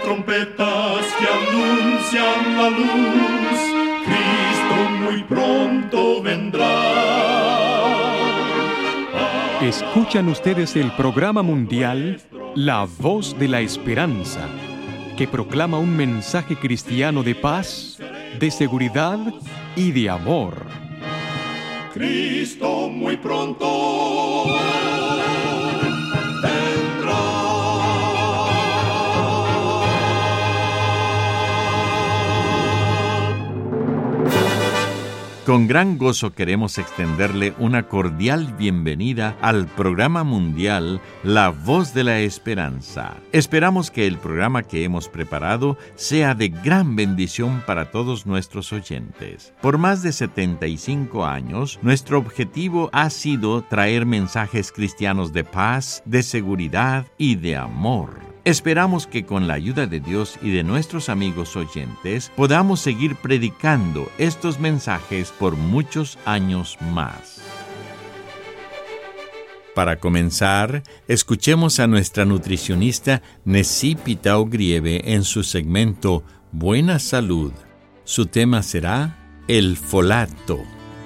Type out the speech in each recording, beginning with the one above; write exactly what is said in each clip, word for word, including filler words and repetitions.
trompetas que anuncian la luz, Cristo muy pronto vendrá. Escuchan ustedes el programa mundial La Voz de la Esperanza, que proclama un mensaje cristiano de paz, de seguridad y de amor. Cristo muy pronto vendrá. Con gran gozo queremos extenderle una cordial bienvenida al programa mundial La Voz de la Esperanza. Esperamos que el programa que hemos preparado sea de gran bendición para todos nuestros oyentes. Por más de setenta y cinco años, nuestro objetivo ha sido traer mensajes cristianos de paz, de seguridad y de amor. Esperamos que con la ayuda de Dios y de nuestros amigos oyentes podamos seguir predicando estos mensajes por muchos años más. Para comenzar, escuchemos a nuestra nutricionista Nessie Pitao Grieve en su segmento Buena Salud. Su tema será el folato.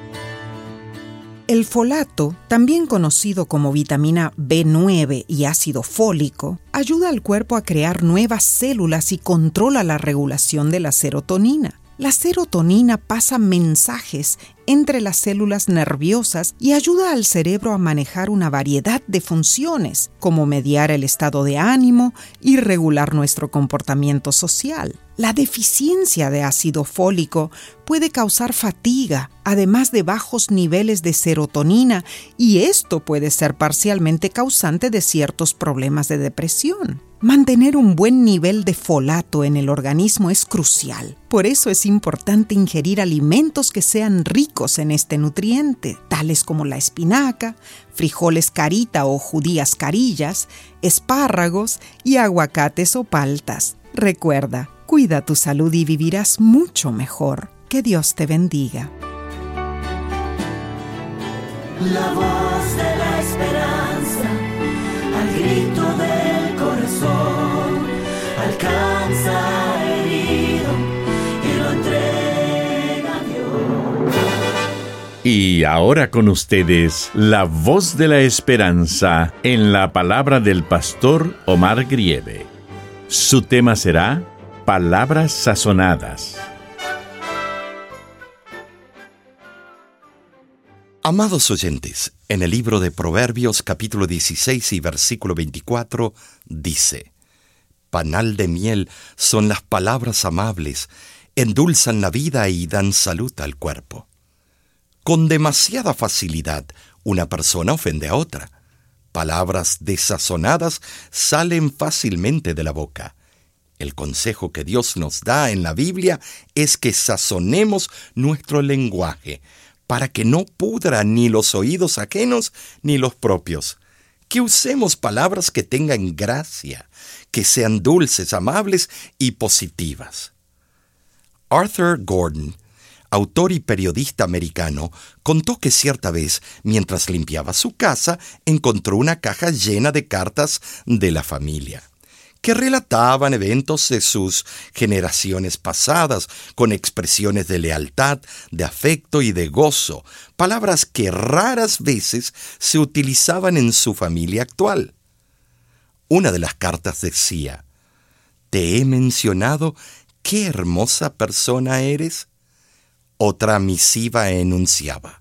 El folato, también conocido como vitamina B nueve y ácido fólico, ayuda al cuerpo a crear nuevas células y controla la regulación de la serotonina. La serotonina pasa mensajes entre las células nerviosas y ayuda al cerebro a manejar una variedad de funciones, como mediar el estado de ánimo y regular nuestro comportamiento social. La deficiencia de ácido fólico puede causar fatiga, además de bajos niveles de serotonina, y esto puede ser parcialmente causante de ciertos problemas de depresión. Mantener un buen nivel de folato en el organismo es crucial. Por eso es importante ingerir alimentos que sean ricos en este nutriente, tales como la espinaca, frijoles carita o judías carillas, espárragos y aguacates o paltas. Recuerda, cuida tu salud y vivirás mucho mejor. Que Dios te bendiga. La voz de la esperanza, al grito del corazón, alcanza herido y lo entrega a Dios. Y ahora con ustedes, la voz de la esperanza en la palabra del pastor Omar Grieve. Su tema será Palabras Sazonadas. Amados oyentes, en el libro de Proverbios capítulo dieciséis y versículo veinticuatro dice: Panal de miel son las palabras amables, endulzan la vida y dan salud al cuerpo. Con demasiada facilidad, una persona ofende a otra. Palabras desazonadas salen fácilmente de la boca. El consejo que Dios nos da en la Biblia es que sazonemos nuestro lenguaje, para que no pudra ni los oídos ajenos ni los propios. Que usemos palabras que tengan gracia, que sean dulces, amables y positivas. Arthur Gordon, autor y periodista americano, contó que cierta vez, mientras limpiaba su casa, encontró una caja llena de cartas de la familia, que relataban eventos de sus generaciones pasadas, con expresiones de lealtad, de afecto y de gozo, palabras que raras veces se utilizaban en su familia actual. Una de las cartas decía: «Te he mencionado qué hermosa persona eres». Otra misiva enunciaba: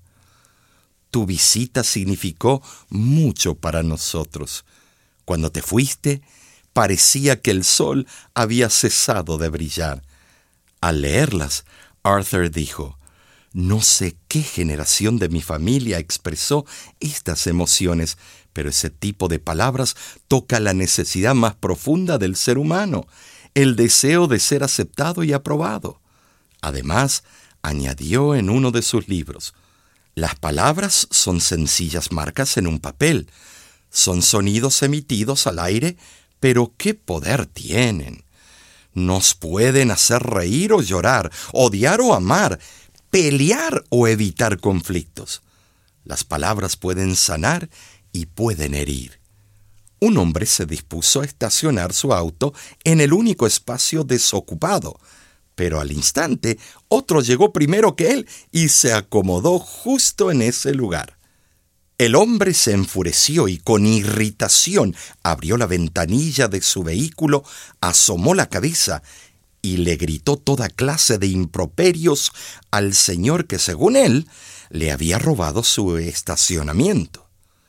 «Tu visita significó mucho para nosotros. Cuando te fuiste, parecía que el sol había cesado de brillar». Al leerlas, Arthur dijo: «No sé qué generación de mi familia expresó estas emociones, pero ese tipo de palabras toca la necesidad más profunda del ser humano, el deseo de ser aceptado y aprobado». Además, añadió en uno de sus libros: «Las palabras son sencillas marcas en un papel, son sonidos emitidos al aire, pero ¿qué poder tienen? Nos pueden hacer reír o llorar, odiar o amar, pelear o evitar conflictos. Las palabras pueden sanar y pueden herir. un hombre se dispuso a estacionar su auto en el único espacio desocupado, pero al instante otro llegó primero que él y se acomodó justo en ese lugar. El hombre se enfureció y con irritación abrió la ventanilla de su vehículo, asomó la cabeza y le gritó toda clase de improperios al señor que, según él, le había robado su estacionamiento.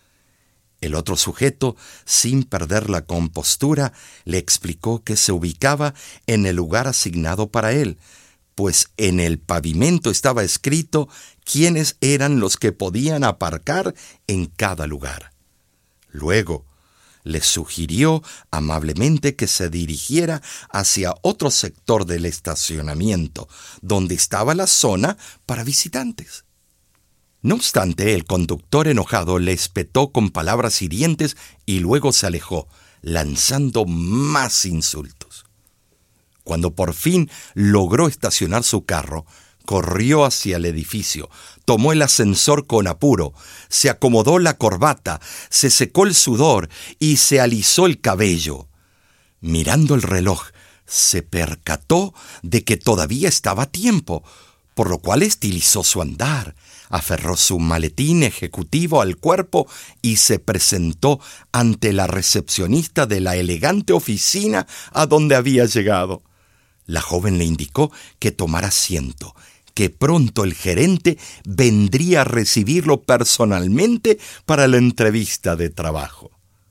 El otro sujeto, sin perder la compostura, le explicó que se ubicaba en el lugar asignado para él, pues en el pavimento estaba escrito quiénes eran los que podían aparcar en cada lugar. Luego, le sugirió amablemente que se dirigiera hacia otro sector del estacionamiento, donde estaba la zona para visitantes. No obstante, el conductor enojado le espetó con palabras hirientes y luego se alejó, lanzando más insultos. Cuando por fin logró estacionar su carro, corrió hacia el edificio, tomó el ascensor con apuro, se acomodó la corbata, se secó el sudor y se alisó el cabello. Mirando el reloj, se percató de que todavía estaba a tiempo, por lo cual estilizó su andar, aferró su maletín ejecutivo al cuerpo y se presentó ante la recepcionista de la elegante oficina a donde había llegado. La joven le indicó que tomara asiento, que pronto el gerente vendría a recibirlo personalmente para la entrevista de trabajo.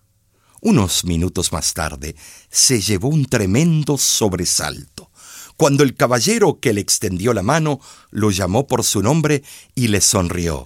Unos minutos más tarde, se llevó un tremendo sobresalto, cuando el caballero que le extendió la mano lo llamó por su nombre y le sonrió.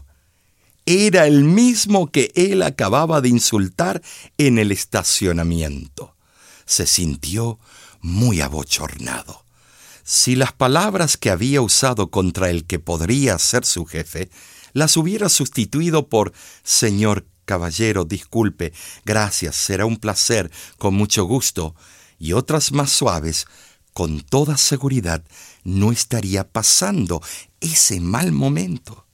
Era el mismo que él acababa de insultar en el estacionamiento. Se sintió muy abochornado. Si las palabras que había usado contra el que podría ser su jefe, las hubiera sustituido por «Señor caballero, disculpe, gracias, será un placer, con mucho gusto», y otras más suaves, con toda seguridad no estaría pasando ese mal momento.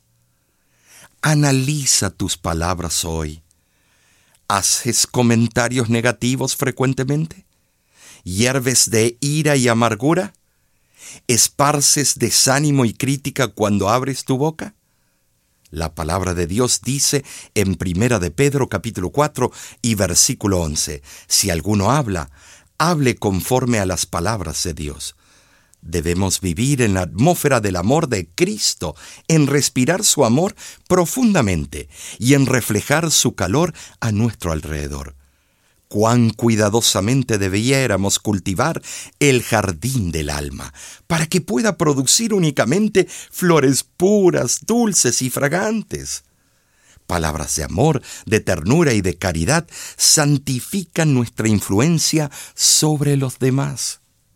Analiza tus palabras hoy. ¿Haces comentarios negativos frecuentemente? ¿Hierves de ira y amargura? ¿Esparces desánimo y crítica cuando abres tu boca? La palabra de Dios dice en Primera de Pedro capítulo cuatro y versículo once, si alguno habla, hable conforme a las palabras de Dios. Debemos vivir en la atmósfera del amor de Cristo, en respirar su amor profundamente y en reflejar su calor a nuestro alrededor. Cuán cuidadosamente debiéramos cultivar el jardín del alma, para que pueda producir únicamente flores puras, dulces y fragantes. Palabras de amor, de ternura y de caridad santifican nuestra influencia sobre los demás.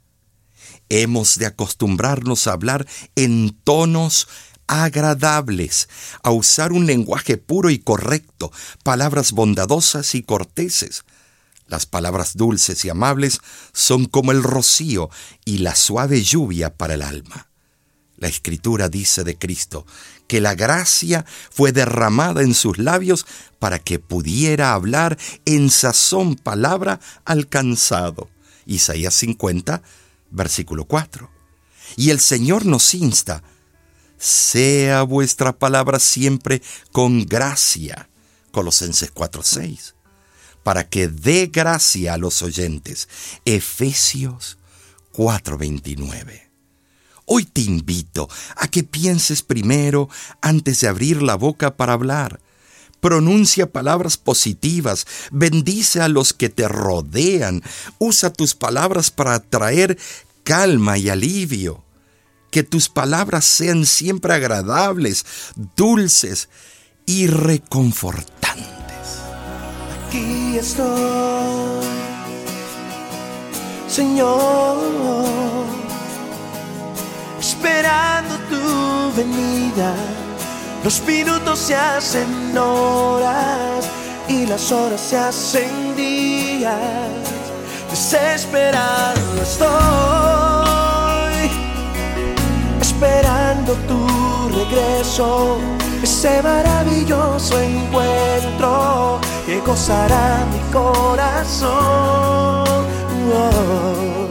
Hemos de acostumbrarnos a hablar en tonos agradables, a usar un lenguaje puro y correcto, palabras bondadosas y corteses. Las palabras dulces y amables son como el rocío y la suave lluvia para el alma. La Escritura dice de Cristo que la gracia fue derramada en sus labios para que pudiera hablar en sazón palabra al cansado. Isaías cincuenta, versículo cuatro. Y el Señor nos insta: sea vuestra palabra siempre con gracia. Colosenses cuatro seis. Para que dé gracia a los oyentes. Efesios cuatro veintinueve. Hoy te invito a que pienses primero antes de abrir la boca para hablar. Pronuncia palabras positivas, bendice a los que te rodean, usa tus palabras para traer calma y alivio. Que tus palabras sean siempre agradables, dulces y reconfortantes. Aquí estoy, Señor, esperando tu venida. Los minutos se hacen horas y las horas se hacen días. Desesperado estoy, esperando tu regreso, ese maravilloso encuentro que gozará mi corazón. Oh.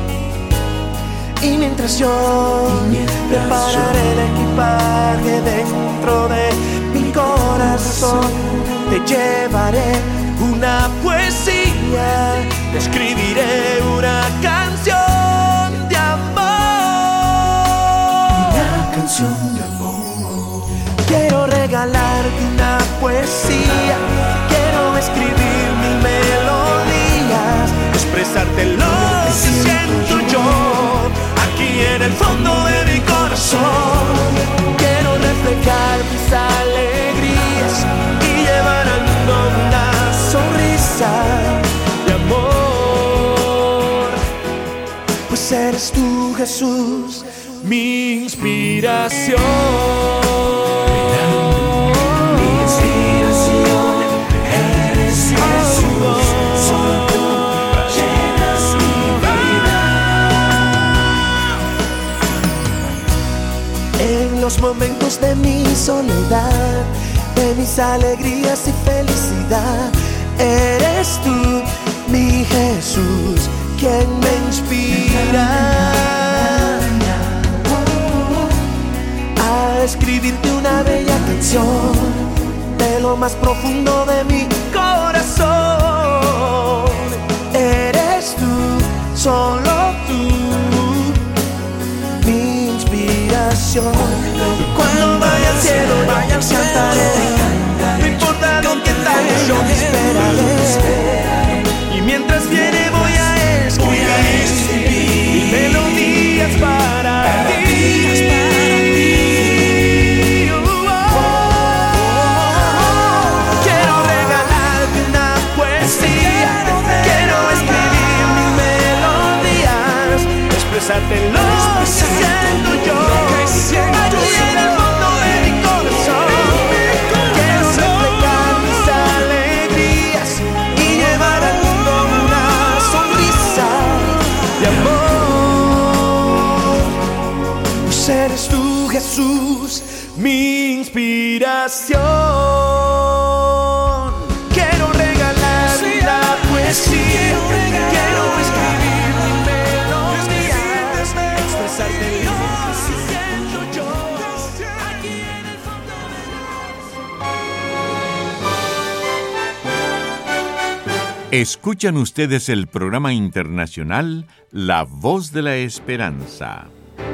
Y mientras yo y mientras prepararé yo. el equipaje dentro de mi corazón, te llevaré una poesía, te escribiré una canción de amor. Una canción de amor. Quiero regalarte una poesía, quiero escribir mil melodías, expresarte lo que siento yo aquí en el fondo de mi corazón. Quiero reflejar mis alegrías y llevar al mundo una sonrisa de amor. Pues eres tú, Jesús, mi inspiración. Mi inspiración eres Jesús, solo tú llenas mi vida. En los momentos de mi soledad, de mis alegrías y felicidad, eres tú, mi Jesús, quien me inspira a escribirte una bella canción de lo más profundo de mi corazón. Eres tú, solo tú, mi inspiración. Cuando vaya al cielo, vaya al cantaré. No importa dónde estés, yo te esperaré. Y mientras viene voy a escribir mil melodías para ti. Quiero regalarte una poesía, quiero escribir mil melodías, expresarte lo que siento yo aquí en el fondo de mi corazón. Quiero reflejar mis alegrías y llevar al mundo una sonrisa de amor. Pues eres tú, Jesús, mi inspiración. Quiero regalar una poesía, quiero escribir mil melodías, expresarte lo que siento yo aquí en el fondo de. Escuchan ustedes el programa internacional La Voz de la Esperanza.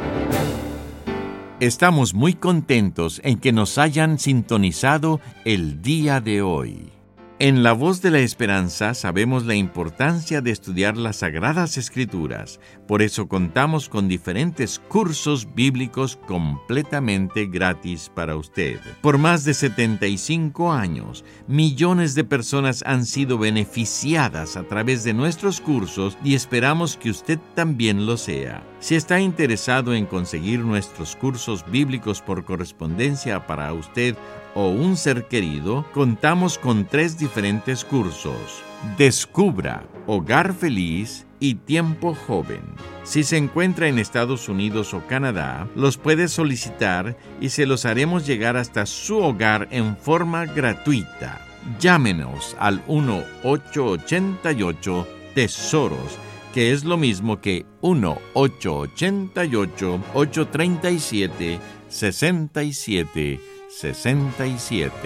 Estamos muy contentos en que nos hayan sintonizado el día de hoy. En La Voz de la Esperanza sabemos la importancia de estudiar las Sagradas Escrituras. Por eso contamos con diferentes cursos bíblicos completamente gratis para usted. Por más de setenta y cinco años, millones de personas han sido beneficiadas a través de nuestros cursos y esperamos que usted también lo sea. Si está interesado en conseguir nuestros cursos bíblicos por correspondencia para usted o un ser querido, contamos con tres diferentes cursos: Descubra, Hogar Feliz y Tiempo Joven. Si se encuentra en Estados Unidos o Canadá, los puede solicitar y se los haremos llegar hasta su hogar en forma gratuita. Llámenos al uno ocho ocho ocho tesoros, que es lo mismo que uno ocho ocho ocho, ocho tres siete, seis siete sesenta y siete.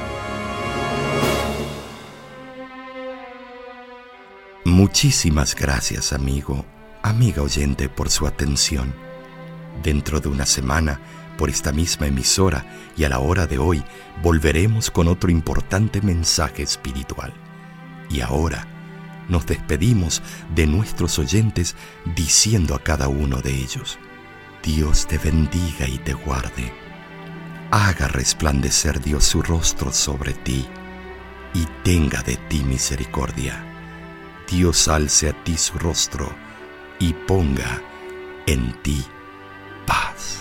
Muchísimas gracias, amigo, amiga oyente, por su atención. Dentro de una semana, por esta misma emisora y a la hora de hoy, volveremos con otro importante mensaje espiritual. Y ahora nos despedimos de nuestros oyentes diciendo a cada uno de ellos: Dios te bendiga y te guarde. Haga resplandecer Dios su rostro sobre ti y tenga de ti misericordia. Dios alce a ti su rostro y ponga en ti paz.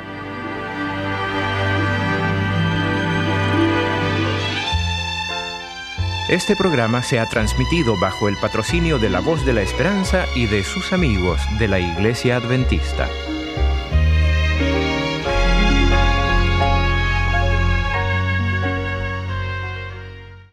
Este programa se ha transmitido bajo el patrocinio de La Voz de la Esperanza y de sus amigos de la Iglesia Adventista.